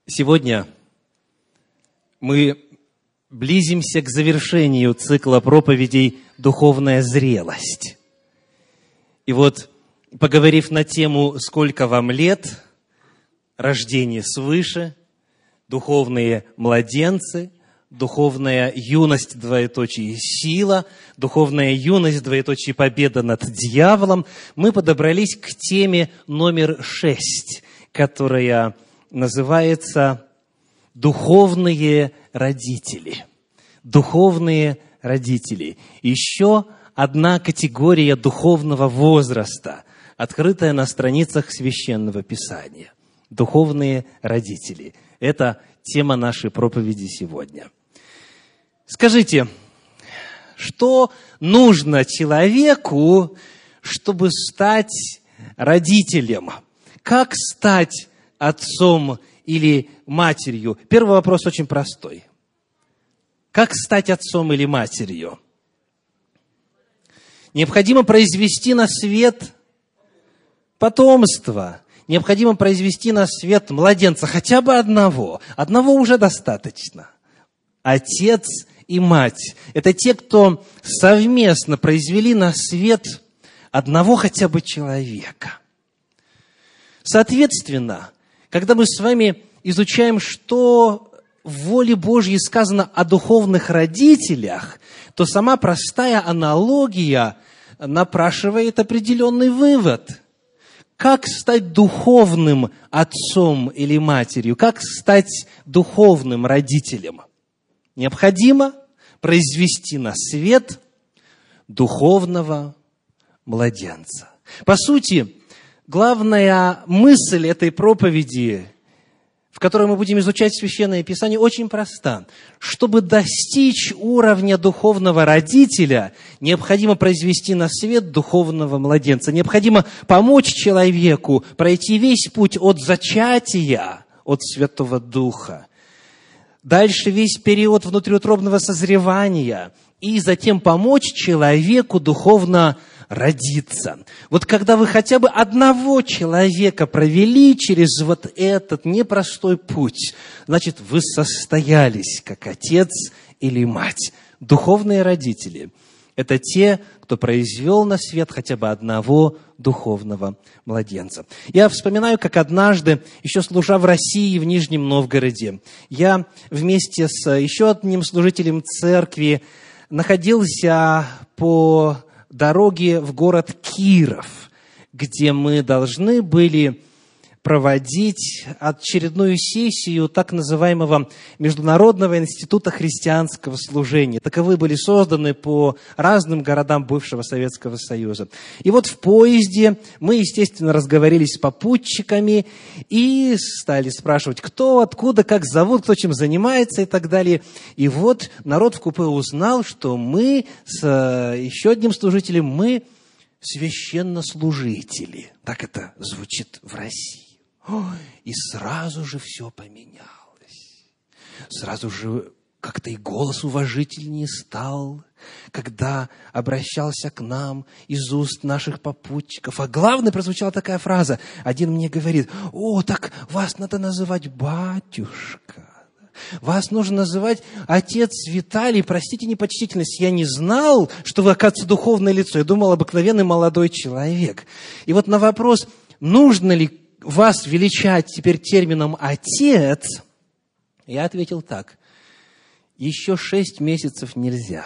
Сегодня мы близимся к завершению цикла проповедей «Духовная зрелость». И вот, поговорив на тему «Сколько вам лет?», рождение свыше, духовные младенцы, духовная юность, двоеточие, сила, духовная юность, двоеточие, победа над дьяволом, мы подобрались к теме номер 6, которая называется «Духовные родители». Духовные родители. Еще одна категория духовного возраста, открытая на страницах Священного Писания. Духовные родители. Это тема нашей проповеди сегодня. Скажите, что нужно человеку, чтобы стать родителем? Как стать отцом или матерью? Первый вопрос очень простой. Как стать отцом или матерью? Необходимо произвести на свет потомство. Необходимо произвести на свет младенца, хотя бы одного. Одного уже достаточно. Отец и мать – это те, кто совместно произвели на свет одного хотя бы человека. Соответственно, когда мы с вами изучаем, что в воле Божьей сказано о духовных родителях, то сама простая аналогия напрашивает определенный вывод. Как стать духовным отцом или матерью? Как стать духовным родителем? Необходимо произвести на свет духовного младенца. По сути, главная мысль этой проповеди, в которой мы будем изучать Священное Писание, очень проста. Чтобы достичь уровня духовного родителя, необходимо произвести на свет духовного младенца. Необходимо помочь человеку пройти весь путь от зачатия, от Святого Духа, дальше весь период внутриутробного созревания, и затем помочь человеку духовно родиться. Вот когда вы хотя бы одного человека провели через вот этот непростой путь, значит, вы состоялись как отец или мать. Духовные родители – это те, кто произвел на свет хотя бы одного духовного младенца. Я вспоминаю, как однажды, еще служа в России, в Нижнем Новгороде, я вместе с еще одним служителем церкви находился по дороге в город Киров, где мы должны были проводить очередную сессию так называемого Международного института христианского служения. Таковы были созданы по разным городам бывшего Советского Союза. И вот в поезде мы, естественно, разговорились с попутчиками и стали спрашивать, кто, откуда, как зовут, кто чем занимается и так далее. И вот народ в купе узнал, что мы с еще одним служителем, мы священнослужители. Так это звучит в России. И сразу же все поменялось. Сразу же как-то и голос уважительнее стал, когда обращался к нам из уст наших попутчиков. А главное, прозвучала такая фраза. Один мне говорит: «О, так вас надо называть батюшка. Вас нужно называть отец Виталий. Простите непочтительность, я не знал, что вы, оказывается, духовное лицо. Я думал, обыкновенный молодой человек». И вот на вопрос, нужно ли вас величать теперь термином «отец», я ответил так: еще 6 месяцев нельзя.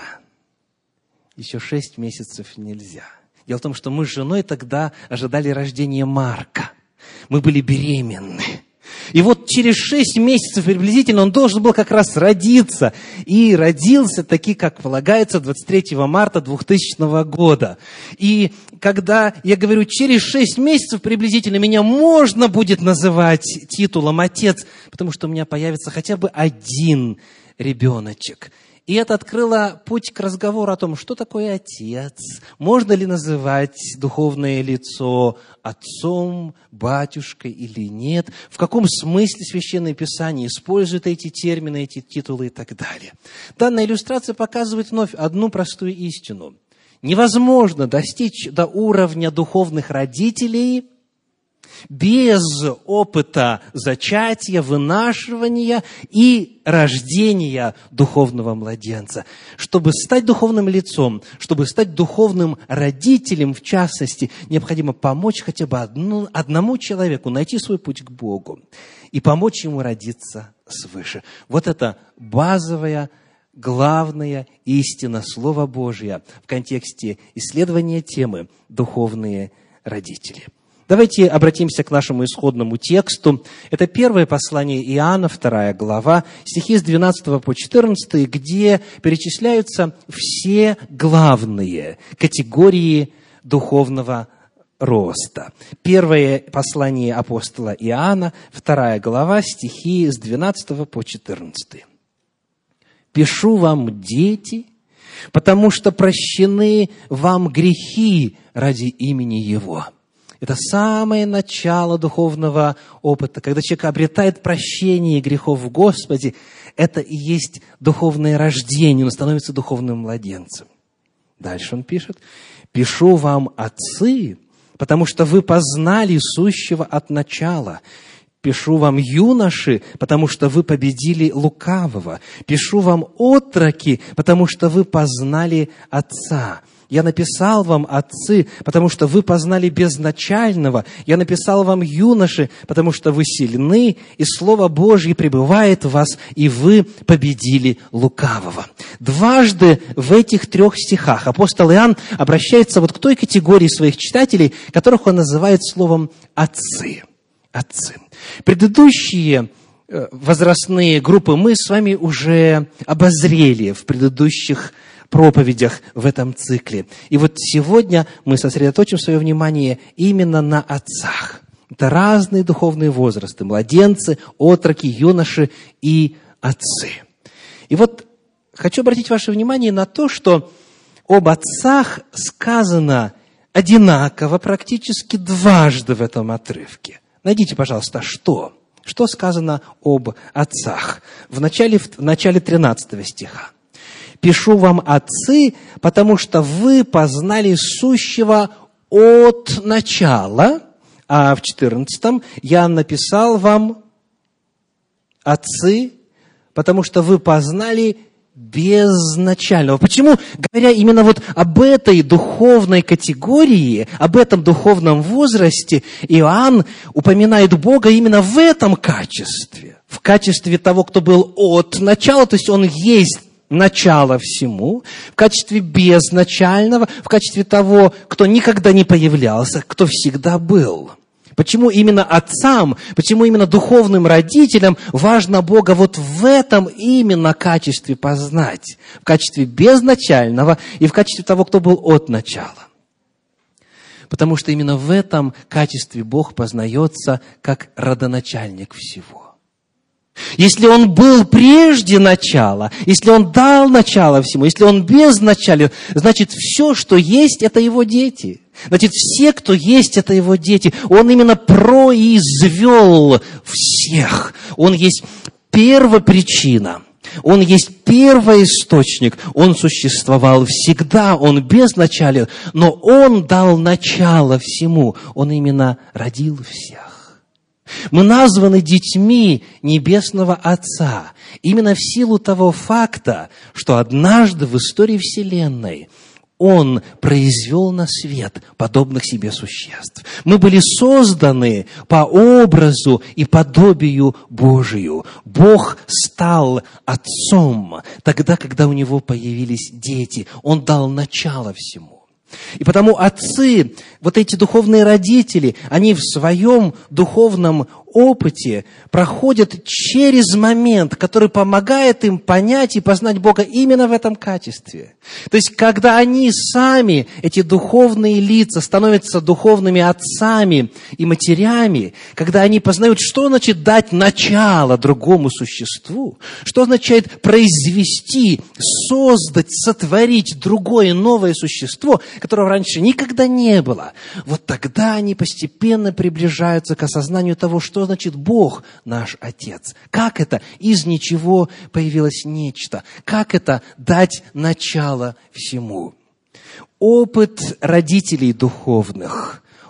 Еще 6 месяцев нельзя. Дело в том, что мы с женой тогда ожидали рождения Марка. Мы были беременны. И вот через 6 месяцев приблизительно он должен был как раз родиться. И родился таки, как полагается, 23 марта 2000 года. И когда я говорю, через 6 месяцев приблизительно меня можно будет называть титулом «отец», потому что у меня появится хотя бы один ребеночек. И это открыло путь к разговору о том, что такое отец, можно ли называть духовное лицо отцом, батюшкой или нет, в каком смысле Священное Писание использует эти термины, эти титулы и так далее. Данная иллюстрация показывает вновь одну простую истину. Невозможно достичь до уровня духовных родителей, без опыта зачатия, вынашивания и рождения духовного младенца. Чтобы стать духовным лицом, чтобы стать духовным родителем, в частности, необходимо помочь хотя бы одному человеку найти свой путь к Богу и помочь ему родиться свыше. Вот это базовая, главная истина Слова Божия в контексте исследования темы «Духовные родители». Давайте обратимся к нашему исходному тексту. Это первое послание Иоанна, 2 глава, стихи с 12 по 14, где перечисляются все главные категории духовного роста. Первое послание апостола Иоанна, 2 глава, стихи с 12 по 14. «Пишу вам, дети, потому что прощены вам грехи ради имени Его». Это самое начало духовного опыта. Когда человек обретает прощение грехов в Господе, это и есть духовное рождение, он становится духовным младенцем. Дальше он пишет: «Пишу вам, отцы, потому что вы познали сущего от начала. Пишу вам, юноши, потому что вы победили лукавого. Пишу вам, отроки, потому что вы познали Отца. Я написал вам, отцы, потому что вы познали безначального. Я написал вам, юноши, потому что вы сильны, и Слово Божье пребывает в вас, и вы победили лукавого». Дважды в этих 3 стихах апостол Иоанн обращается вот к той категории своих читателей, которых он называет словом «отцы». Отцы. Предыдущие возрастные группы мы с вами уже обозрели в предыдущих проповедях в этом цикле. И вот сегодня мы сосредоточим свое внимание именно на отцах. Это разные духовные возрасты: младенцы, отроки, юноши и отцы. И вот хочу обратить ваше внимание на то, что об отцах сказано одинаково практически дважды в этом отрывке. Найдите, пожалуйста, что? Что сказано об отцах? В начале 13 стиха. «Пишу вам, отцы, потому что вы познали сущего от начала». А в 14 «Я написал вам, отцы, потому что вы познали безначального». Почему, говоря именно вот об этой духовной категории, об этом духовном возрасте, Иоанн упоминает Бога именно в этом качестве? В качестве того, кто был от начала, то есть он есть начало всему, в качестве безначального, в качестве того, кто никогда не появлялся, кто всегда был. Почему именно отцам, почему именно духовным родителям важно Бога вот в этом именно качестве познать? В качестве безначального и в качестве того, кто был от начала. Потому что именно в этом качестве Бог познается как родоначальник всего. Если Он был прежде начала, если Он дал начало всему, если Он безначален, значит, все, что есть, это Его дети. Значит, все, кто есть, это Его дети. Он именно произвел всех. Он есть первопричина. Он есть первоисточник. Он существовал всегда. Он безначален. Но Он дал начало всему. Он именно родил всех. Мы названы детьми Небесного Отца именно в силу того факта, что однажды в истории Вселенной Он произвел на свет подобных себе существ. Мы были созданы по образу и подобию Божию. Бог стал Отцом тогда, когда у Него появились дети. Он дал начало всему. И потому отцы, вот эти духовные родители, они в своем духовном опыте проходят через момент, который помогает им понять и познать Бога именно в этом качестве. То есть, когда они сами, эти духовные лица, становятся духовными отцами и матерями, когда они познают, что значит дать начало другому существу, что означает произвести, создать, сотворить другое новое существо, которого раньше никогда не было, вот тогда они постепенно приближаются к осознанию того, что значит Бог наш Отец. Как это? Из ничего появилось нечто. Как это? Дать начало всему. Опыт родителей духовных,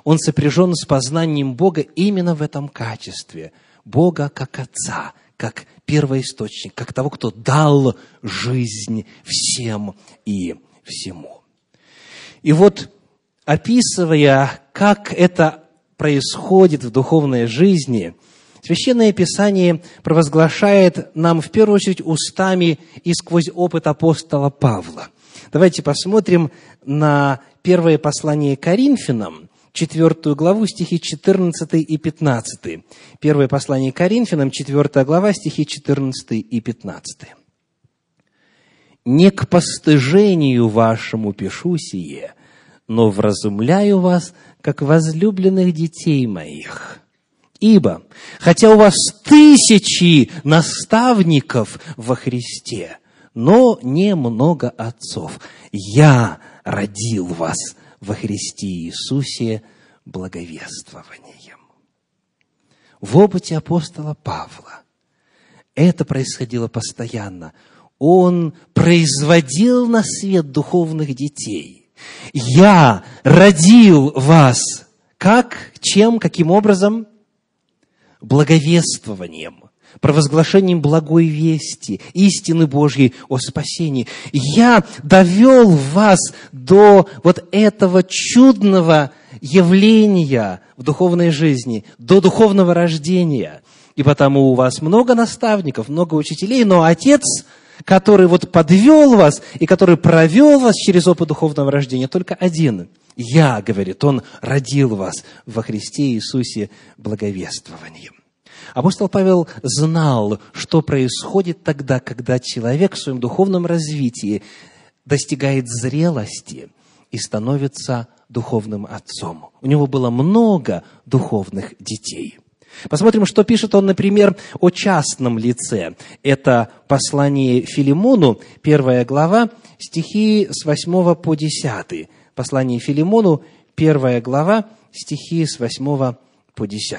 он сопряжен с познанием Бога именно в этом качестве. Бога как Отца, как первоисточник, как того, кто дал жизнь всем и всему. И вот, описывая, как это происходит в духовной жизни, Священное Писание провозглашает нам в первую очередь устами и сквозь опыт апостола Павла. Давайте посмотрим на первое послание Коринфянам, 4 главу, стихи 14 и 15. Первое послание Коринфянам, 4 глава, стихи 14 и 15. «Не к постыжению вашему пишу сие, но вразумляю вас, как возлюбленных детей моих. Ибо, хотя у вас тысячи наставников во Христе, но немного отцов, я родил вас во Христе Иисусе благовествованием». В опыте апостола Павла это происходило постоянно. Он производил на свет духовных детей. «Я родил вас». Как? Чем? Каким образом? Благовествованием, провозглашением благой вести, истины Божьей о спасении. Я довел вас до вот этого чудного явления в духовной жизни, до духовного рождения. И потому у вас много наставников, много учителей, но Отец, который вот подвел вас и который провел вас через опыт духовного рождения, только один. «Я», говорит, Он родил вас во Христе Иисусе благовествованием. Апостол Павел знал, что происходит тогда, когда человек в своем духовном развитии достигает зрелости и становится духовным отцом. У него было много духовных детей. Посмотрим, что пишет он, например, о частном лице. Это послание Филимону, 1 глава, стихи с 8 по 10. Послание Филимону, 1 глава, стихи с 8 по 10.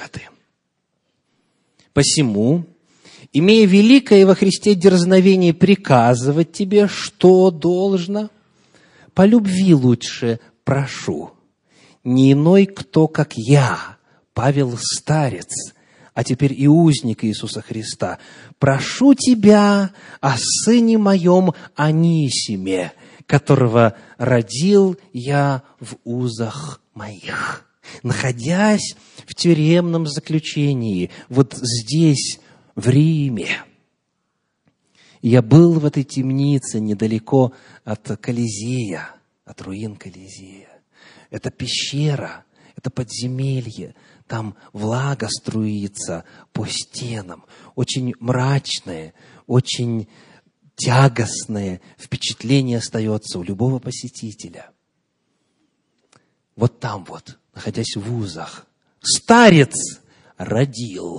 «Посему, имея великое во Христе дерзновение приказывать тебе, что должно, по любви лучше прошу, не иной кто, как я, Павел старец, а теперь и узник Иисуса Христа, прошу тебя о сыне моем Анисиме, которого родил я в узах моих». Находясь в тюремном заключении, вот здесь, в Риме, я был в этой темнице недалеко от Колизея, от руин Колизея. Это пещера, это подземелье, там влага струится по стенам, очень мрачное, очень тягостное впечатление остается у любого посетителя. Вот там вот, находясь в узах, старец родил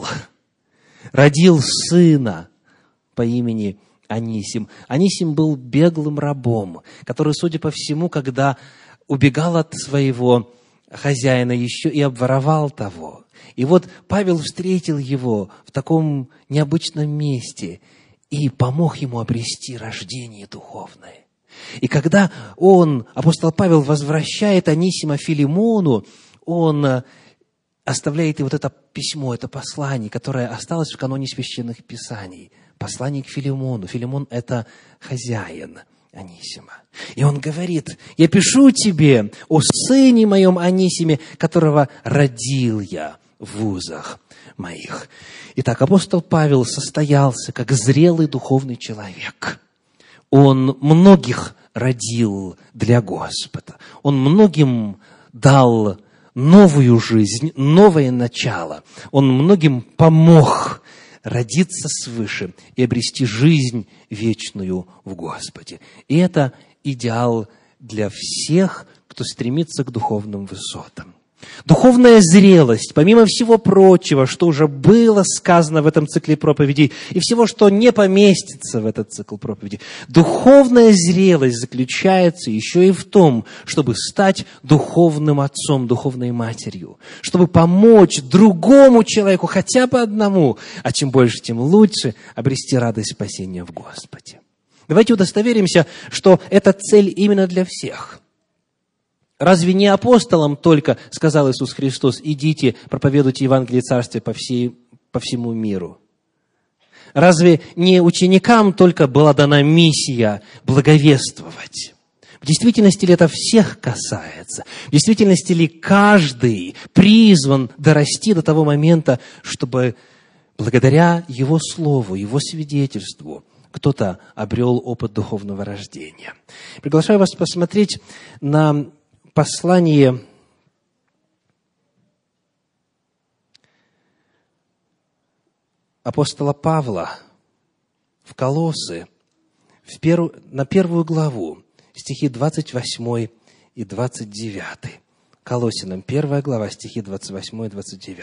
сына по имени Анисим. Анисим был беглым рабом, который, судя по всему, когда убегал от своего хозяина, еще и обворовал того. И вот Павел встретил его в таком необычном месте и помог ему обрести рождение духовное. И когда апостол Павел, возвращает Анисима Филимону, он оставляет и вот это письмо, это послание, которое осталось в каноне священных писаний. Послание к Филимону. Филимон – это хозяин Анисима. И он говорит: «Я пишу тебе о сыне моем Анисиме, которого родил я в узах моих». Итак, апостол Павел состоялся как зрелый духовный человек. Он многих родил для Господа. Он многим дал новую жизнь, новое начало. Он многим помог родиться свыше и обрести жизнь вечную в Господе. И это идеал для всех, кто стремится к духовным высотам. Духовная зрелость, помимо всего прочего, что уже было сказано в этом цикле проповедей, и всего, что не поместится в этот цикл проповедей, духовная зрелость заключается еще и в том, чтобы стать духовным отцом, духовной матерью, чтобы помочь другому человеку, хотя бы одному, а чем больше, тем лучше, обрести радость спасения в Господе. Давайте удостоверимся, что эта цель именно для всех. Разве не апостолам только сказал Иисус Христос: идите, проповедуйте Евангелие Царствия по всему миру? Разве не ученикам только была дана миссия благовествовать? В действительности ли это всех касается? В действительности ли каждый призван дорасти до того момента, чтобы благодаря Его Слову, Его свидетельству кто-то обрел опыт духовного рождения? Приглашаю вас посмотреть на послание апостола Павла в Колоссы, на 1 главу, стихи 28 и 29. Колоссянам 1 глава, стихи 28 и 29.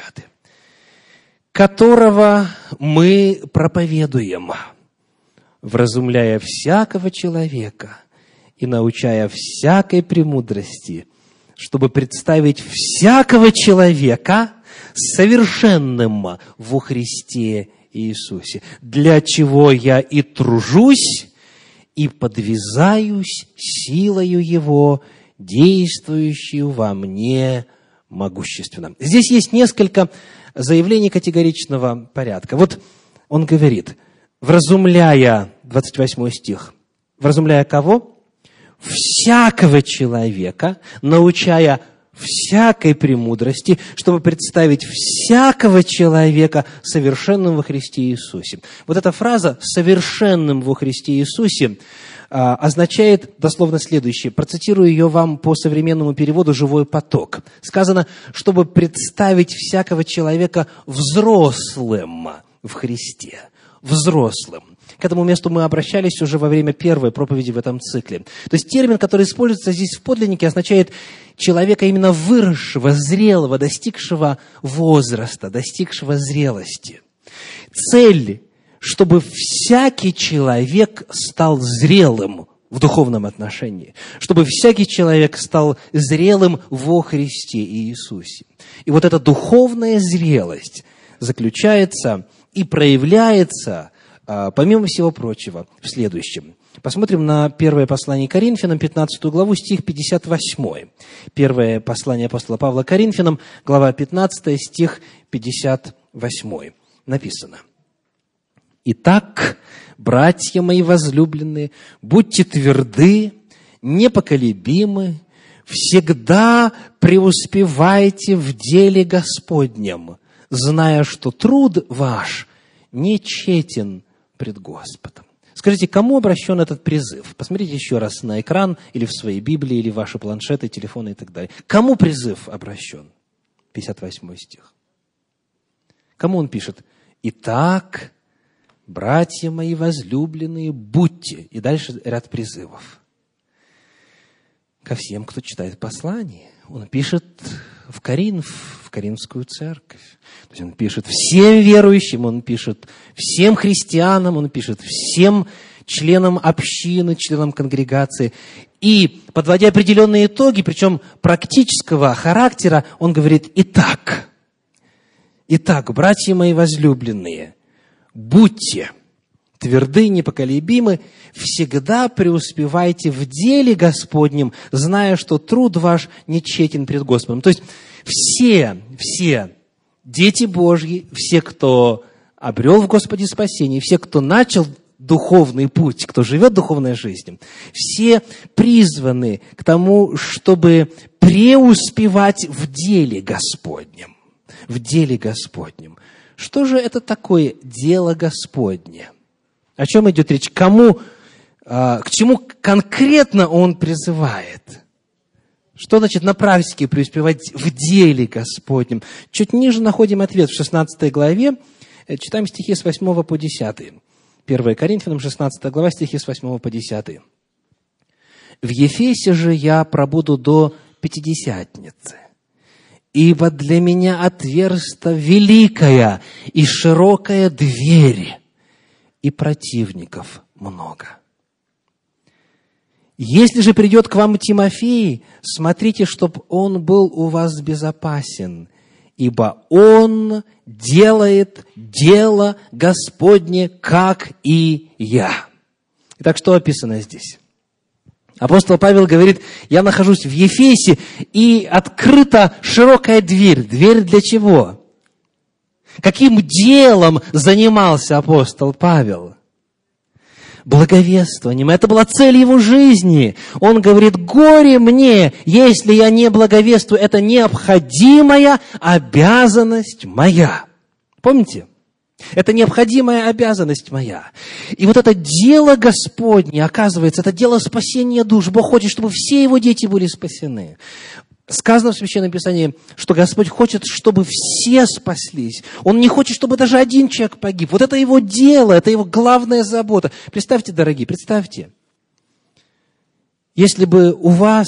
«Которого мы проповедуем, вразумляя всякого человека и научая всякой премудрости, чтобы представить всякого человека совершенным во Христе Иисусе, для чего я и тружусь, и подвязаюсь силою Его, действующую во мне могущественно». Здесь есть несколько заявлений категоричного порядка. Вот он говорит, вразумляя, 28 стих, вразумляя кого? Всякого человека, научая всякой премудрости, чтобы представить всякого человека совершенным во Христе Иисусе. Вот эта фраза «совершенным во Христе Иисусе» означает дословно следующее. Процитирую ее вам по современному переводу «Живой поток». Сказано, чтобы представить всякого человека взрослым в Христе. Взрослым. К этому месту мы обращались уже во время первой проповеди в этом цикле. То есть термин, который используется здесь в подлиннике, означает человека именно выросшего, зрелого, достигшего возраста, достигшего зрелости. Цель, чтобы всякий человек стал зрелым в духовном отношении, чтобы всякий человек стал зрелым во Христе Иисусе. И вот эта духовная зрелость заключается и проявляется, помимо всего прочего, в следующем. Посмотрим на первое послание Коринфянам, 15 главу, стих 58. Первое послание апостола Павла Коринфянам, глава 15, стих 58. Написано: «Итак, братья мои возлюбленные, будьте тверды, непоколебимы, всегда преуспевайте в деле Господнем, зная, что труд ваш не тщетен пред Господом». Скажите, кому обращен этот призыв? Посмотрите еще раз на экран, или в своей Библии, или в ваши планшеты, телефоны и так далее. Кому призыв обращен? 58 стих. Кому он пишет? «Итак, братья мои возлюбленные, будьте». И дальше ряд призывов. Ко всем, кто читает послание. Он пишет в Коринфскую церковь. То есть он пишет всем верующим, он пишет всем христианам, он пишет всем членам общины, членам конгрегации. И, подводя определенные итоги, причем практического характера, он говорит: «Итак, братья мои возлюбленные, будьте тверды, непоколебимы, всегда преуспевайте в деле Господнем, зная, что труд ваш не тщетен пред Господом». То есть все дети Божьи, все, кто обрел в Господе спасение, все, кто начал духовный путь, кто живет духовной жизнью, все призваны к тому, чтобы преуспевать в деле Господнем. В деле Господнем. Что же это такое дело Господне? О чем идет речь? К чему конкретно он призывает? Что значит на практике преуспевать в деле Господнем? Чуть ниже находим ответ в 16 главе. Читаем стихи с 8 по 10. 1 Коринфянам, 16 глава, стихи с 8 по 10. «В Ефесе же я пробуду до Пятидесятницы, ибо для меня отверста великая и широкая дверь, и противников много. Если же придет к вам Тимофей, смотрите, чтоб он был у вас безопасен, ибо он делает дело Господне, как и я». Итак, что описано здесь? Апостол Павел говорит, я нахожусь в Ефесе, и открыта широкая дверь. Дверь для чего? Каким делом занимался апостол Павел? Благовествованием. Это была цель его жизни. Он говорит, горе мне, если я не благовествую. Это необходимая обязанность моя. Помните? Это необходимая обязанность моя. И вот это дело Господне, оказывается, это дело спасения душ. Бог хочет, чтобы все его дети были спасены. Сказано в Священном Писании, что Господь хочет, чтобы все спаслись. Он не хочет, чтобы даже один человек погиб. Вот это его дело, это его главная забота. Представьте, дорогие, представьте, если бы у вас,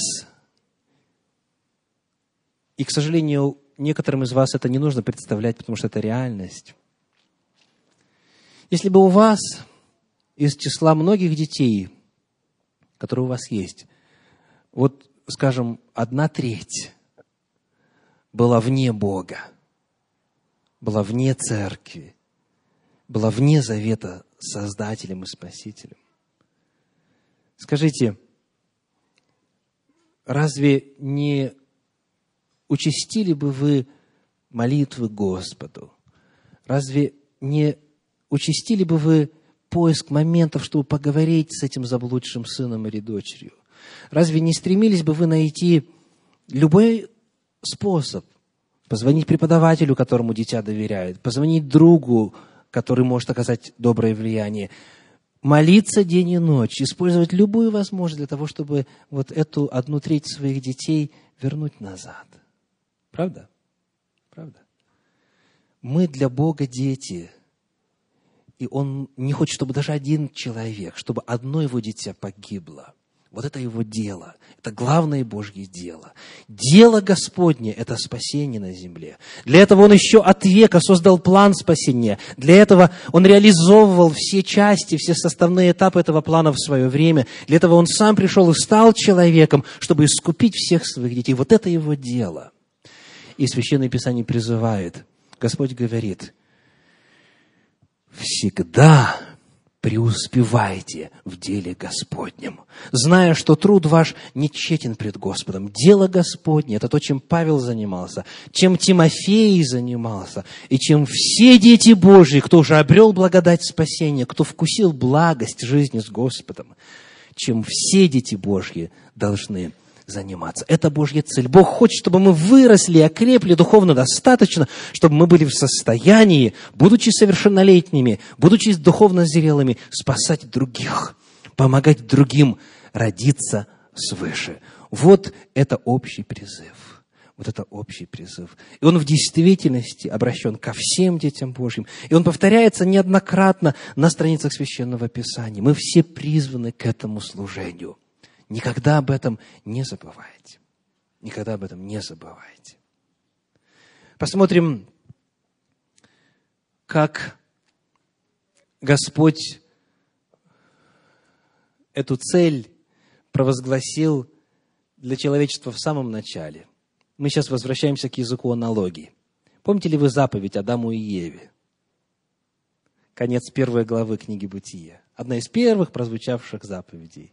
и, к сожалению, некоторым из вас это не нужно представлять, потому что это реальность, если бы у вас из числа многих детей, которые у вас есть, вот, скажем, 1/3 была вне Бога, была вне церкви, была вне завета с Создателем и Спасителем. Скажите, разве не участили бы вы молитвы Господу? Разве не участили бы вы поиск моментов, чтобы поговорить с этим заблудшим сыном или дочерью? Разве не стремились бы вы найти любой способ? Позвонить преподавателю, которому дитя доверяет, позвонить другу, который может оказать доброе влияние, молиться день и ночь, использовать любую возможность для того, чтобы вот эту 1/3 своих детей вернуть назад. Правда? Правда? Мы для Бога дети. И Он не хочет, чтобы даже один человек, чтобы одно его дитя погибло. Вот это его дело. Это главное Божье дело. Дело Господне – это спасение на земле. Для этого Он еще от века создал план спасения. Для этого Он реализовывал все части, все составные этапы этого плана в свое время. Для этого Он сам пришел и стал человеком, чтобы искупить всех своих детей. Вот это его дело. И Священное Писание призывает. Господь говорит: всегда преуспевайте в деле Господнем, зная, что труд ваш не тщетен пред Господом. Дело Господне – это то, чем Павел занимался, чем Тимофей занимался, и чем все дети Божьи, кто уже обрел благодать спасения, кто вкусил благость жизни с Господом, чем все дети Божьи должны заниматься. Это Божья цель. Бог хочет, чтобы мы выросли и окрепли духовно достаточно, чтобы мы были в состоянии, будучи совершеннолетними, будучи духовно зрелыми, спасать других, помогать другим родиться свыше. Вот это общий призыв. Вот это общий призыв. И он в действительности обращен ко всем детям Божьим. И он повторяется неоднократно на страницах Священного Писания. Мы все призваны к этому служению. Никогда об этом не забывайте. Никогда об этом не забывайте. Посмотрим, как Господь эту цель провозгласил для человечества в самом начале. Мы сейчас возвращаемся к языку аналогии. Помните ли вы заповедь Адаму и Еве? Конец 1 главы книги Бытия. Одна из первых прозвучавших заповедей.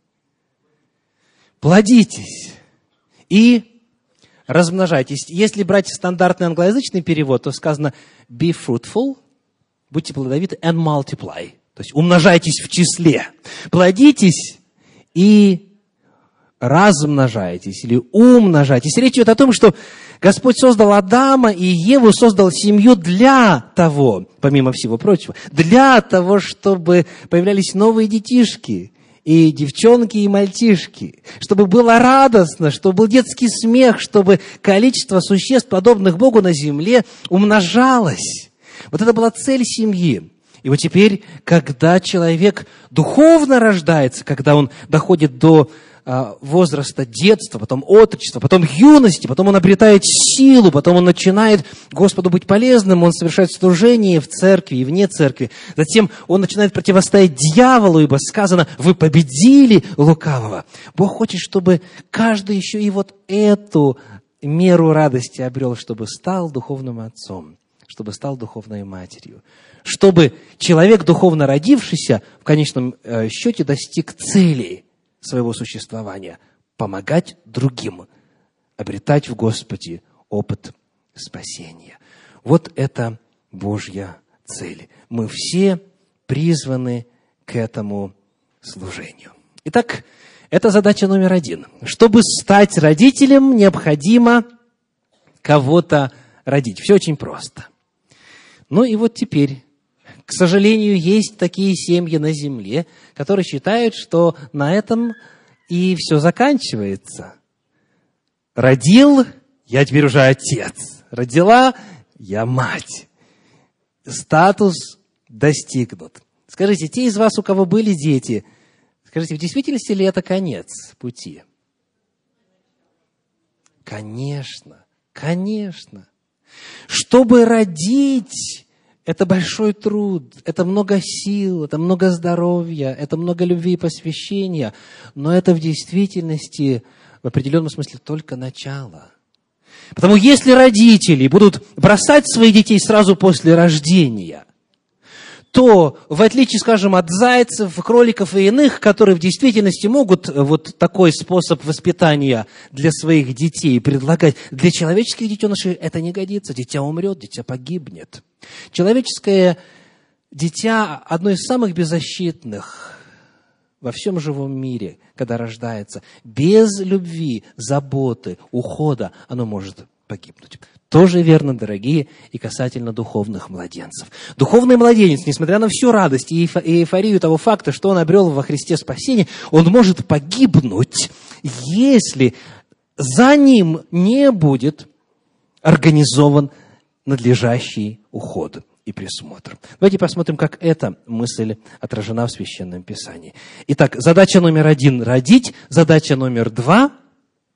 Плодитесь и размножайтесь. Если брать стандартный англоязычный перевод, то сказано be fruitful, будьте плодовиты, and multiply. То есть умножайтесь в числе. Плодитесь и размножайтесь или умножайтесь. Речь идет о том, что Господь создал Адама и Еву, создал семью для того, помимо всего прочего, для того, чтобы появлялись новые детишки, и девчонки, и мальчишки, чтобы было радостно, чтобы был детский смех, чтобы количество существ, подобных Богу на земле, умножалось. Вот это была цель семьи. И вот теперь, когда человек духовно рождается, когда он доходит до возраста детства, потом отрочества, потом юности, потом он обретает силу, потом он начинает Господу быть полезным, он совершает служение в церкви и вне церкви. Затем он начинает противостоять дьяволу, ибо сказано: вы победили лукавого. Бог хочет, чтобы каждый еще и вот эту меру радости обрел, чтобы стал духовным отцом, чтобы стал духовной матерью, чтобы человек, духовно родившийся, в конечном счете достиг цели, своего существования – помогать другим, обретать в Господе опыт спасения. Вот это Божья цель. Мы все призваны к этому служению. Итак, это задача номер 1. Чтобы стать родителем, необходимо кого-то родить. Все очень просто. Ну и вот теперь, к сожалению, есть такие семьи на земле, которые считают, что на этом и все заканчивается. Родил, я теперь уже отец. Родила, я мать. Статус достигнут. Скажите, те из вас, у кого были дети, скажите, в действительности ли это конец пути? Конечно, конечно. Чтобы родить, это большой труд, это много сил, это много здоровья, это много любви и посвящения, но это в действительности, в определенном смысле, только начало. Потому если родители будут бросать своих детей сразу после рождения, то, в отличие, скажем, от зайцев, кроликов и иных, которые в действительности могут вот такой способ воспитания для своих детей предлагать, для человеческих детенышей это не годится. Дитя умрет, дитя погибнет. Человеческое дитя одно из самых беззащитных во всем живом мире, когда рождается. Без любви, заботы, ухода оно может погибнуть. Тоже верно, дорогие, и касательно духовных младенцев. Духовный младенец, несмотря на всю радость и эйфорию того факта, что он обрел во Христе спасение, он может погибнуть, если за ним не будет организован надлежащий уход и присмотр. Давайте посмотрим, как эта мысль отражена в Священном Писании. Итак, задача номер 1 – родить, задача номер 2 –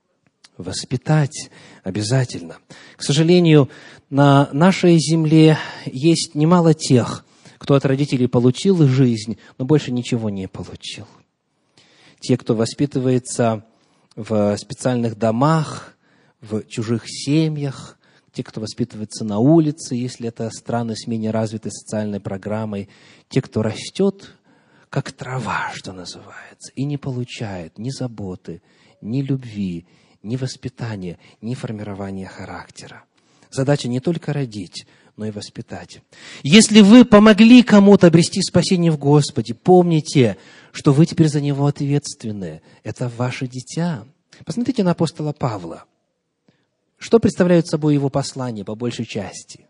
воспитать обязательно. К сожалению, на нашей земле есть немало тех, кто от родителей получил жизнь, но больше ничего не получил. Те, кто воспитывается в специальных домах, в чужих семьях, те, кто воспитывается на улице, если это страны с менее развитой социальной программой, те, кто растет, как трава, что называется, и не получает ни заботы, ни любви, ни воспитания, ни формирования характера. Задача не только родить, но и воспитать. Если вы помогли кому-то обрести спасение в Господе, помните, что вы теперь за него ответственны. Это ваше дитя. Посмотрите на апостола Павла. Что представляют собой его послания по большей части?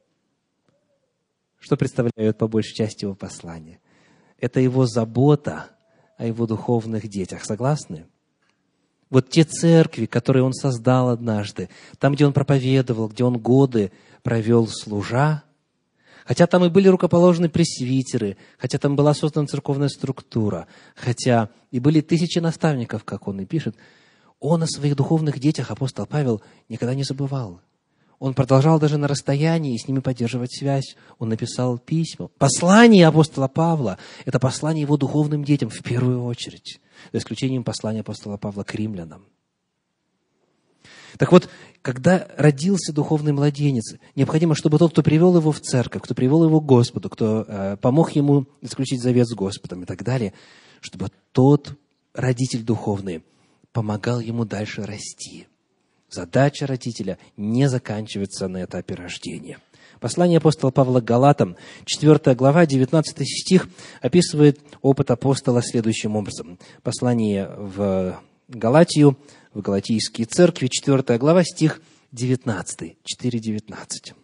Что представляют по большей части его послания? Это его забота о его духовных детях. Согласны? Вот те церкви, которые он создал однажды, там, где он проповедовал, где он годы провел служа, хотя там и были рукоположены пресвитеры, хотя там была создана церковная структура, хотя и были тысячи наставников, как он и пишет, он о своих духовных детях, апостол Павел, никогда не забывал. Он продолжал даже на расстоянии с ними поддерживать связь. Он написал письма. Послание апостола Павла – это послание его духовным детям в первую очередь, за исключением послания апостола Павла к римлянам. Так вот, когда родился духовный младенец, необходимо, чтобы тот, кто привел его в церковь, кто привел его к Господу, кто помог ему заключить завет с Господом и так далее, чтобы тот родитель духовный помогал ему дальше расти. Задача родителя не заканчивается на этапе рождения. Послание апостола Павла к Галатам, 4 глава, 19 стих, описывает опыт апостола следующим образом. Послание в Галатию, в Галатийские церкви, 4 глава, стих 19, 4:19.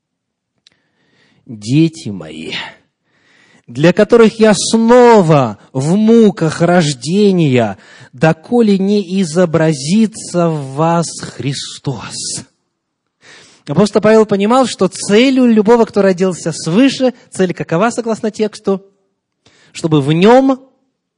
«Дети мои, для которых я снова в муках рождения, доколе не изобразится в вас Христос». Апостол Павел понимал, что целью любого, кто родился свыше, цель какова, согласно тексту? Чтобы в нем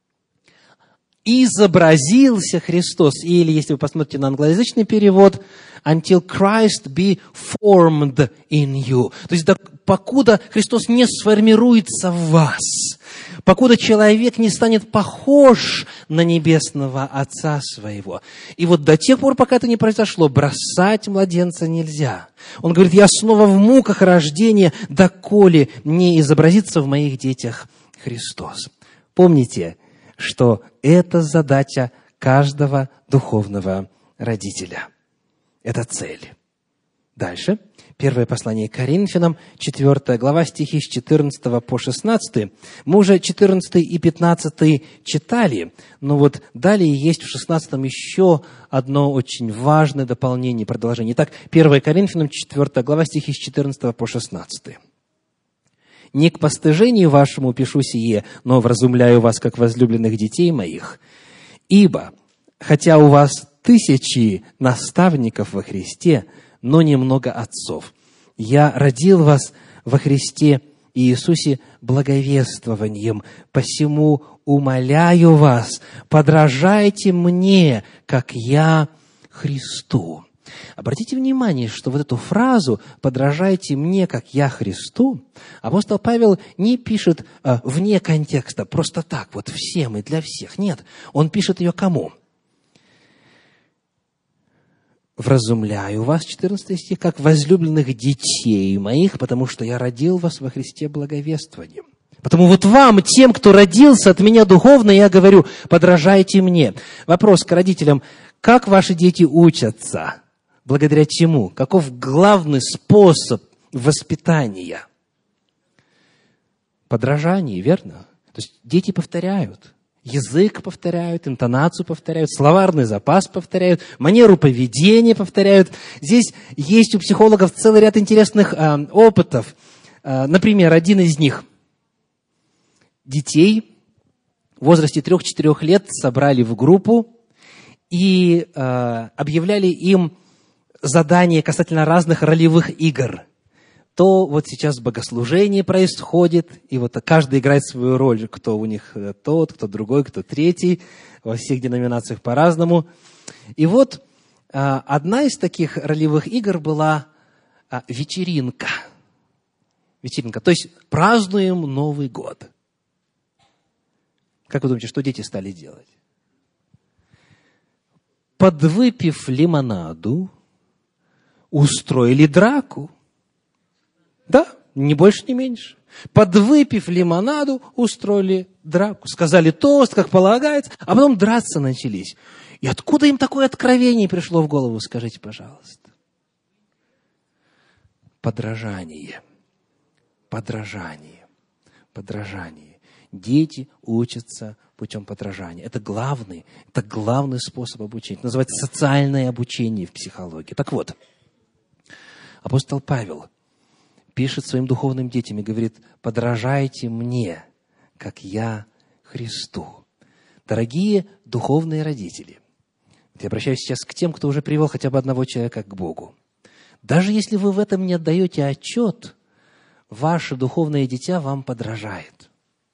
изобразился Христос. Или, если вы посмотрите на англоязычный перевод, «until Christ be formed in you». То есть, покуда Христос не сформируется в вас, покуда человек не станет похож на небесного Отца своего. И вот до тех пор, пока это не произошло, бросать младенца нельзя. Он говорит, я снова в муках рождения, доколе не изобразится в моих детях Христос. Помните, что это задача каждого духовного родителя. Это цель. Дальше. Первое послание к Коринфянам, 4 глава, стихи с 14 по 16. Мы уже 14 и 15 читали, но вот далее есть в 16 еще одно очень важное дополнение, продолжение. Итак, 1 Коринфянам, 4 глава, стихи с 14 по 16. «Не к постыжению вашему пишу сие, но вразумляю вас, как возлюбленных детей моих. Ибо, хотя у вас тысячи наставников во Христе, но немного отцов. Я родил вас во Христе Иисусе благовествованием, посему умоляю вас, подражайте мне, как я Христу». Обратите внимание, что вот эту фразу «подражайте мне, как я Христу» апостол Павел не пишет вне контекста, просто так, вот всем и для всех. Нет, он пишет ее кому? «Вразумляю вас», 14 стих, «как возлюбленных детей моих, потому что я родил вас во Христе благовествованием». Потому вот вам, тем, кто родился от меня духовно, я говорю, подражайте мне. Вопрос к родителям: как ваши дети учатся? Благодаря чему? Каков главный способ воспитания? Подражание, верно? То есть дети повторяют. Язык повторяют, интонацию повторяют, словарный запас повторяют, манеру поведения повторяют. Здесь есть у психологов целый ряд интересных опытов. Например, один из них. Детей в возрасте 3-4 лет собрали в группу и объявляли им задания касательно разных ролевых игр. То вот сейчас богослужение происходит, и вот каждый играет свою роль. Кто у них тот, кто другой, кто третий. Во всех деноминациях по-разному. И вот одна из таких ролевых игр была вечеринка. Вечеринка. То есть празднуем Новый год. Как вы думаете, что дети стали делать? Подвыпив лимонаду, устроили драку. Да, ни больше, ни меньше. Подвыпив лимонаду, устроили драку. Сказали тост, как полагается, а потом драться начались. И откуда им такое откровение пришло в голову, скажите, пожалуйста? Подражание. Подражание. Подражание. Дети учатся путем подражания. Это главный способ обучения. Это называется социальное обучение в психологии. Так вот, апостол Павел пишет своим духовным детям и говорит: подражайте мне, как я Христу. Дорогие духовные родители, я обращаюсь сейчас к тем, кто уже привел хотя бы одного человека к Богу. Даже если вы в этом не отдаете отчет, ваше духовное дитя вам подражает.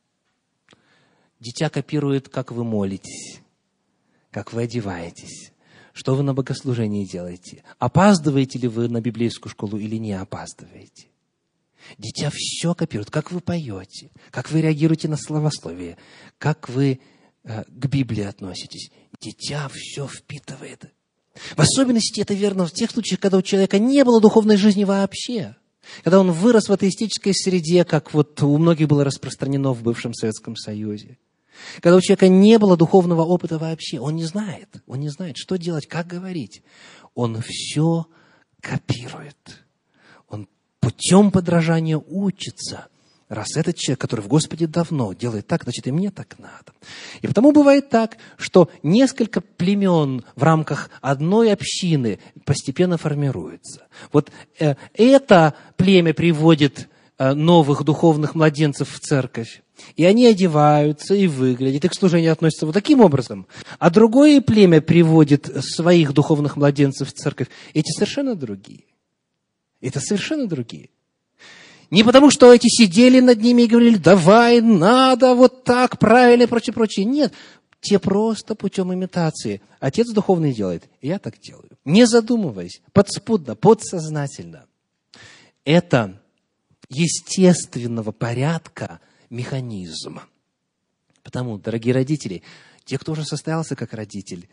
Дитя копирует, как вы молитесь, как вы одеваетесь, что вы на богослужении делаете, опаздываете ли вы на библейскую школу или не опаздываете. Дитя все копирует, как вы поете, как вы реагируете на словословие, как вы к Библии относитесь. Дитя все впитывает. В особенности это верно в тех случаях, когда у человека не было духовной жизни вообще. Когда он вырос в атеистической среде, как вот у многих было распространено в бывшем Советском Союзе. Когда у человека не было духовного опыта вообще. Он не знает, что делать, как говорить. Он все копирует. Он путем подражания учится. Раз этот человек, который в Господе давно, делает так, значит, и мне так надо. И потому бывает так, что несколько племен в рамках одной общины постепенно формируются. Вот это племя приводит новых духовных младенцев в церковь, и они одеваются и выглядят, и к служению относятся вот таким образом. А другое племя приводит своих духовных младенцев в церковь. Эти совершенно другие. Это совершенно другие. Не потому, что эти сидели над ними и говорили: давай, надо, вот так, правильно и прочее, прочее. Нет, те просто путем имитации. Отец духовный делает, и я так делаю. Не задумываясь, подспудно, подсознательно. Это естественного порядка механизм. Потому, дорогие родители, те, кто уже состоялся как родитель,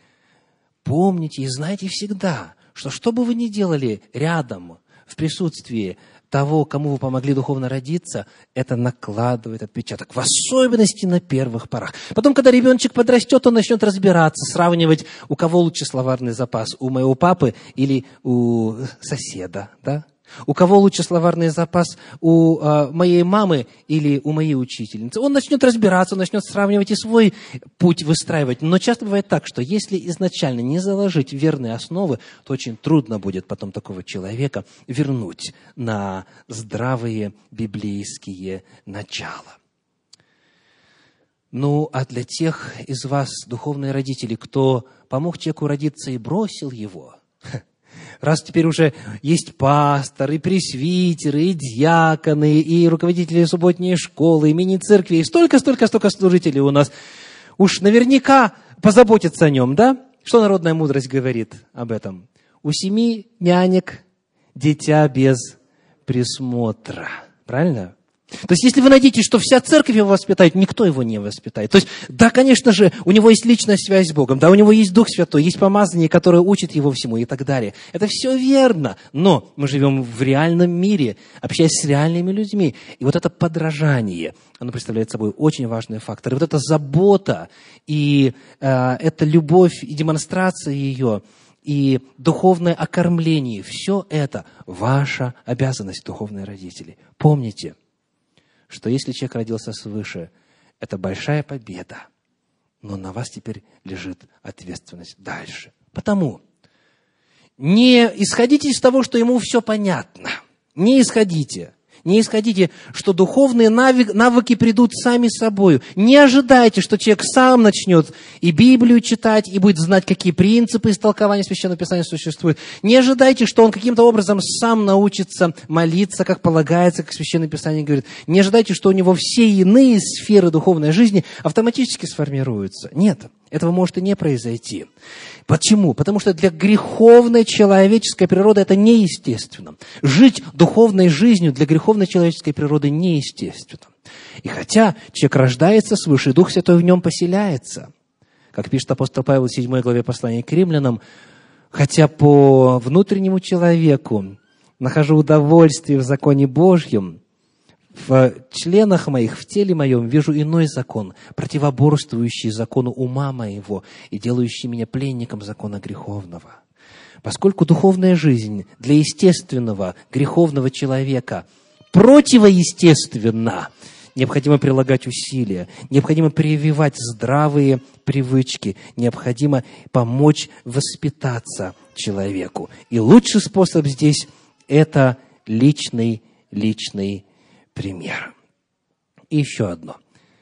помните и знайте всегда, что бы вы ни делали рядом, в присутствии того, кому вы помогли духовно родиться, это накладывает отпечаток, в особенности на первых порах. Потом, когда ребеночек подрастет, он начнет разбираться, сравнивать, у кого лучше словарный запас, у моего папы или у соседа, да? У кого лучше словарный запас, у моей мамы или у моей учительницы. Он начнет разбираться, он начнет сравнивать и свой путь выстраивать. Но часто бывает так, что если изначально не заложить верные основы, то очень трудно будет потом такого человека вернуть на здравые библейские начала. Ну, а для тех из вас, духовные родители, кто помог человеку родиться и бросил его, раз теперь уже есть пасторы, и пресвитеры, и диаконы, и руководители субботней школы, и мини-церкви, и столько служителей у нас, уж наверняка позаботятся о нем, да? Что народная мудрость говорит об этом? У 7 нянек дитя без присмотра. Правильно? То есть, если вы надеетесь, что вся церковь его воспитает, никто его не воспитает. То есть, да, конечно же, у него есть личная связь с Богом, да, у него есть Дух Святой, есть помазание, которое учит его всему и так далее. Это все верно, но мы живем в реальном мире, общаясь с реальными людьми. И вот это подражание, оно представляет собой очень важный фактор. И вот эта забота, и эта любовь, и демонстрация ее, и духовное окормление, все это ваша обязанность, духовные родители. Помните, что если человек родился свыше, это большая победа, но на вас теперь лежит ответственность дальше. Потому не исходите из того, что ему все понятно. Не исходите. Не исходите, что духовные навыки придут сами собой. Не ожидайте, что человек сам начнет и Библию читать, и будет знать, какие принципы истолкования Священного Писания существуют. Не ожидайте, что он каким-то образом сам научится молиться, как полагается, как Священное Писание говорит. Не ожидайте, что у него все иные сферы духовной жизни автоматически сформируются. Нет, этого может и не произойти. Почему? Потому что для греховной человеческой природы это неестественно. Жить духовной жизнью для греховной человеческой природы неестественно. И хотя человек рождается свыше, Дух Святой в нем поселяется, как пишет апостол Павел в 7 главе послания к римлянам, хотя по внутреннему человеку нахожу удовольствие в законе Божьем, в членах моих, в теле моем вижу иной закон, противоборствующий закону ума моего и делающий меня пленником закона греховного. Поскольку духовная жизнь для естественного греховного человека противоестественна, необходимо прилагать усилия, необходимо прививать здравые привычки, необходимо помочь воспитаться человеку. И лучший способ здесь – это личный пример. И еще одно.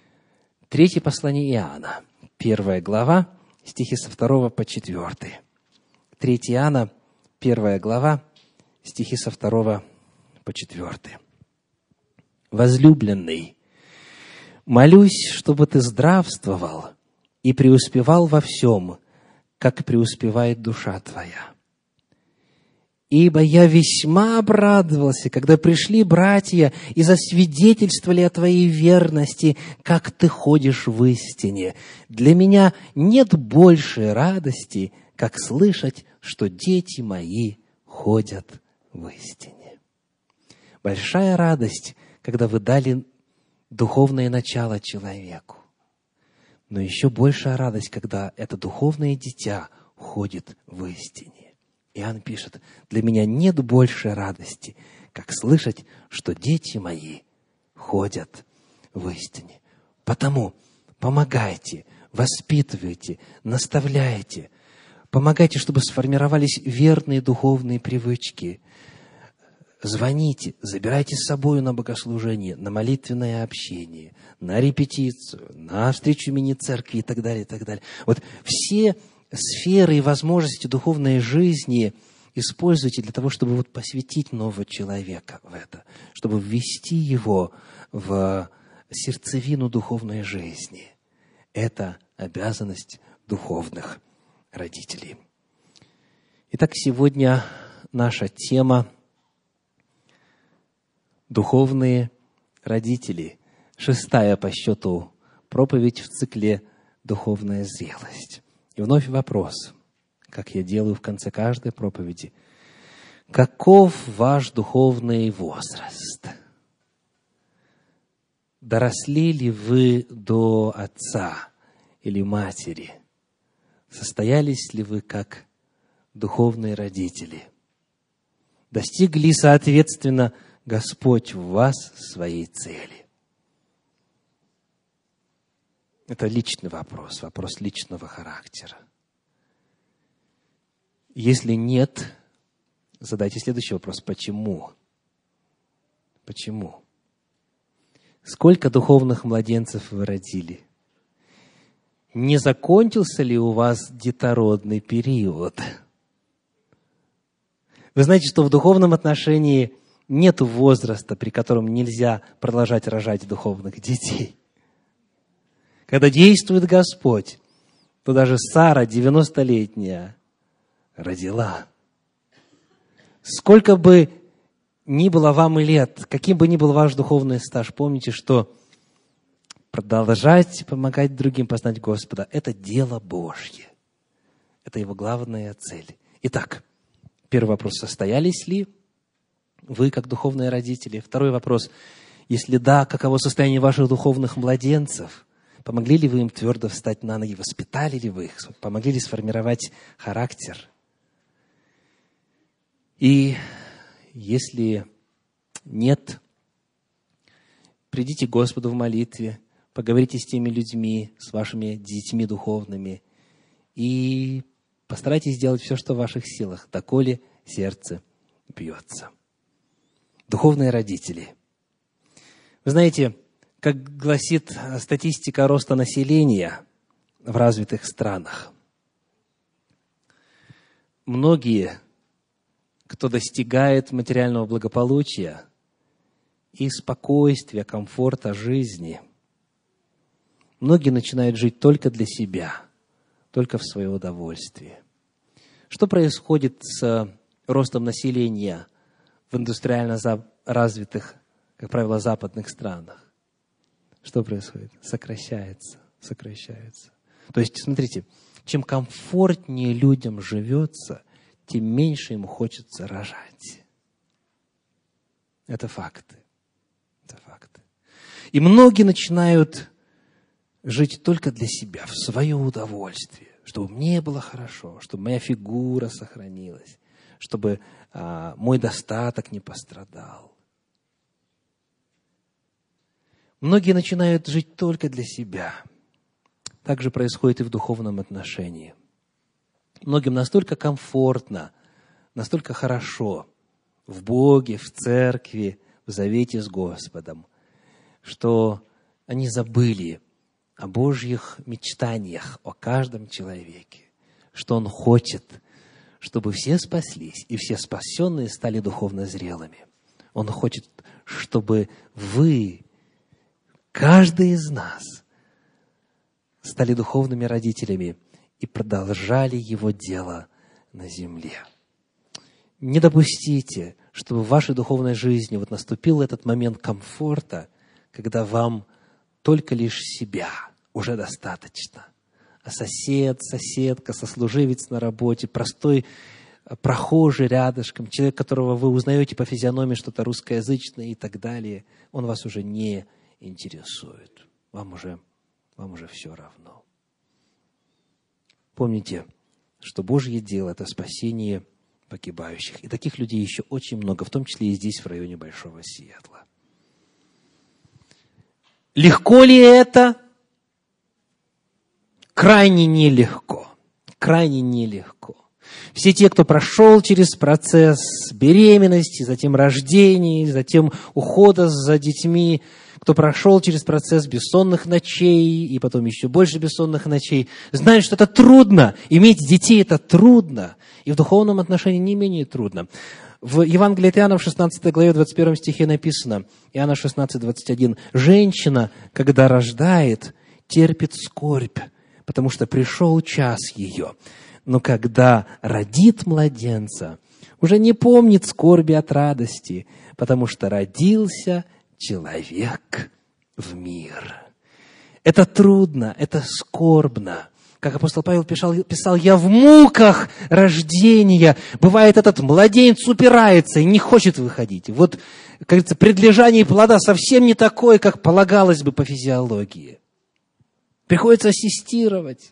3 послание Иоанна, 1 глава, стихи со 2 по 4. 3 Иоанна, 1 глава, стихи со 2 по 4. «Возлюбленный, молюсь, чтобы ты здравствовал и преуспевал во всем, как преуспевает душа твоя. Ибо я весьма обрадовался, когда пришли братья и засвидетельствовали о твоей верности, как ты ходишь в истине. Для меня нет большей радости, как слышать, что дети мои ходят в истине». Большая радость, когда вы дали духовное начало человеку. Но еще большая радость, когда это духовное дитя ходит в истине. Иоанн пишет: «Для меня нет большей радости, как слышать, что дети мои ходят в истине». Потому помогайте, воспитывайте, наставляйте, помогайте, чтобы сформировались верные духовные привычки. Звоните, забирайте с собой на богослужение, на молитвенное общение, на репетицию, на встречу мини-церкви и так далее, и так далее. Вот все сферы и возможности духовной жизни используйте для того, чтобы посвятить нового человека в это, чтобы ввести его в сердцевину духовной жизни. Это обязанность духовных родителей. Итак, сегодня наша тема – духовные родители. 6-я по счету проповедь в цикле «Духовная зрелость». И вновь вопрос, как я делаю в конце каждой проповеди. Каков ваш духовный возраст? Доросли ли вы до отца или матери? Состоялись ли вы как духовные родители? Достиг ли, соответственно, Господь в вас своей цели? Это личный вопрос, вопрос личного характера. Если нет, задайте следующий вопрос. Почему? Почему? Сколько духовных младенцев вы родили? Не закончился ли у вас детородный период? Вы знаете, что в духовном отношении нет возраста, при котором нельзя продолжать рожать духовных детей. Когда действует Господь, то даже Сара, 90-летняя, родила. Сколько бы ни было вам и лет, каким бы ни был ваш духовный стаж, помните, что продолжать помогать другим познать Господа – это дело Божье. Это Его главная цель. Итак, первый вопрос: состоялись ли вы как духовные родители? Второй вопрос: если да, каково состояние ваших духовных младенцев? Помогли ли вы им твердо встать на ноги? Воспитали ли вы их? Помогли ли сформировать характер? И если нет, придите к Господу в молитве, поговорите с теми людьми, с вашими детьми духовными, и постарайтесь сделать все, что в ваших силах, доколе сердце бьется. Духовные родители. Вы знаете, как гласит статистика роста населения в развитых странах, многие, кто достигает материального благополучия и спокойствия, комфорта жизни, многие начинают жить только для себя, только в свое удовольствие. Что происходит с ростом населения в индустриально развитых, как правило, западных странах? Что происходит? Сокращается. То есть, смотрите, чем комфортнее людям живется, тем меньше им хочется рожать. Это факты. И многие начинают жить только для себя, в свое удовольствие, чтобы мне было хорошо, чтобы моя фигура сохранилась, чтобы мой достаток не пострадал. Многие начинают жить только для себя. Так же происходит и в духовном отношении. Многим настолько комфортно, настолько хорошо в Боге, в церкви, в завете с Господом, что они забыли о Божьих мечтаниях, о каждом человеке, что Он хочет, чтобы все спаслись, и все спасенные стали духовно зрелыми. Он хочет, чтобы вы, каждый из нас, стали духовными родителями и продолжали Его дело на земле. Не допустите, чтобы в вашей духовной жизни наступил этот момент комфорта, когда вам только лишь себя уже достаточно. А сосед, соседка, сослуживец на работе, простой прохожий рядышком, человек, которого вы узнаете по физиономии, что-то русскоязычное и так далее, он вас уже не интересует. Вам уже все равно. Помните, что Божье дело – это спасение погибающих. И таких людей еще очень много, в том числе и здесь, в районе Большого Сиэтла. Легко ли это? Крайне нелегко. Все те, кто прошел через процесс беременности, затем рождения, затем ухода за детьми, кто прошел через процесс бессонных ночей и потом еще больше бессонных ночей, знают, что это трудно. Иметь детей – это трудно. И в духовном отношении не менее трудно. В Евангелии от Иоанна, в 16 главе, 21 стихе написано, Иоанна 16, 21, «Женщина, когда рождает, терпит скорбь, потому что пришел час ее. Но когда родит младенца, уже не помнит скорби от радости, потому что родился человек в мир». Это трудно, это скорбно, Как апостол Павел писал, я в муках рождения. Бывает, этот младенец упирается и не хочет выходить. Вот, как говорится, предлежание плода совсем не такое, как полагалось бы по физиологии. Приходится ассистировать.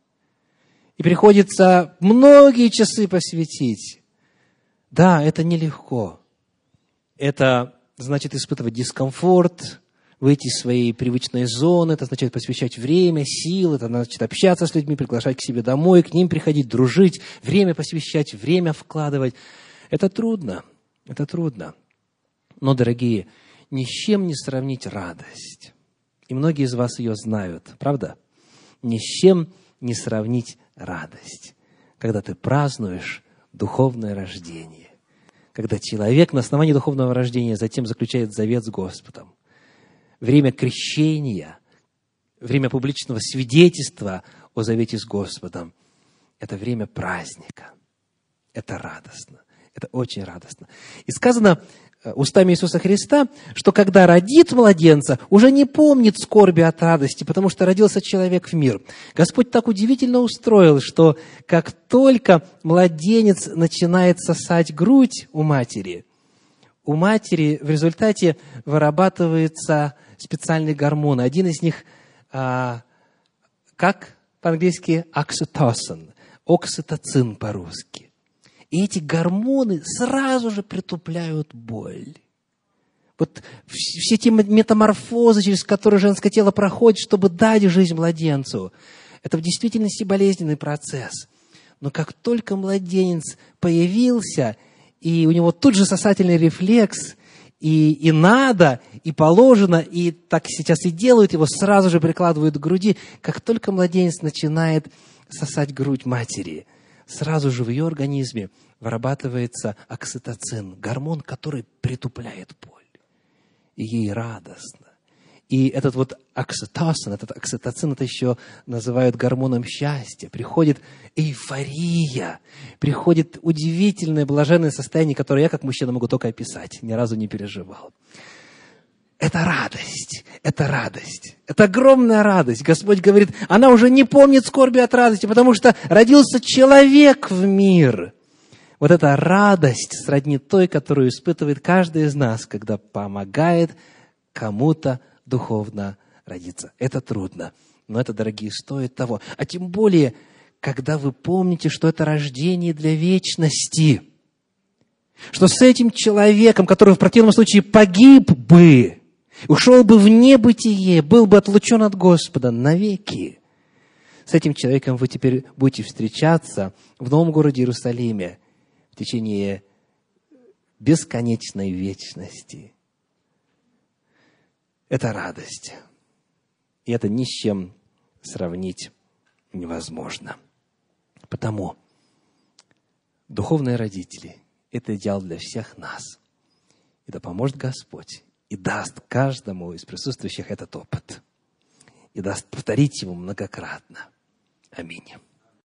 И приходится многие часы посвятить. Да, это нелегко. Это значит испытывать дискомфорт, выйти из своей привычной зоны, это значит посвящать время, силы, это значит общаться с людьми, приглашать к себе домой, к ним приходить, дружить, время посвящать, время вкладывать. Это трудно, это трудно. Но, дорогие, ни с чем не сравнить радость. И многие из вас ее знают, правда? Ни с чем не сравнить радость, когда ты празднуешь духовное рождение, когда человек на основании духовного рождения затем заключает завет с Господом. Время крещения, время публичного свидетельства о завете с Господом – это время праздника. Это радостно. Это очень радостно. И сказано устами Иисуса Христа, что когда родит младенца, уже не помнит скорби от радости, потому что родился человек в мир. Господь так удивительно устроил, что как только младенец начинает сосать грудь у матери в результате вырабатывается специальные гормоны. Один из них, как по-английски, окситоцин, окситоцин по-русски. И эти гормоны сразу же притупляют боль. Вот все эти метаморфозы, через которые женское тело проходит, чтобы дать жизнь младенцу, это в действительности болезненный процесс. Но как только младенец появился, и у него тут же сосательный рефлекс, и надо, и положено, и так сейчас и делают, его сразу же прикладывают к груди. Как только младенец начинает сосать грудь матери, сразу же в ее организме вырабатывается окситоцин, гормон, который притупляет боль. И ей радостно. И этот вот окситоцин, это еще называют гормоном счастья. Приходит эйфория, приходит удивительное блаженное состояние, которое я как мужчина могу только описать, ни разу не переживал. Это радость, это огромная радость. Господь говорит, она уже не помнит скорби от радости, потому что родился человек в мир. Вот эта радость сродни той, которую испытывает каждый из нас, когда помогает кому-то духовно родиться. Это трудно, но это, дорогие, стоит того. А тем более, когда вы помните, что это рождение для вечности, что с этим человеком, который в противном случае погиб бы, ушел бы в небытие, был бы отлучен от Господа навеки, с этим человеком вы теперь будете встречаться в новом городе Иерусалиме в течение бесконечной вечности. Это радость. И это ни с чем сравнить невозможно. Потому духовные родители – это идеал для всех нас. И да поможет Господь и даст каждому из присутствующих этот опыт. И даст повторить его многократно. Аминь.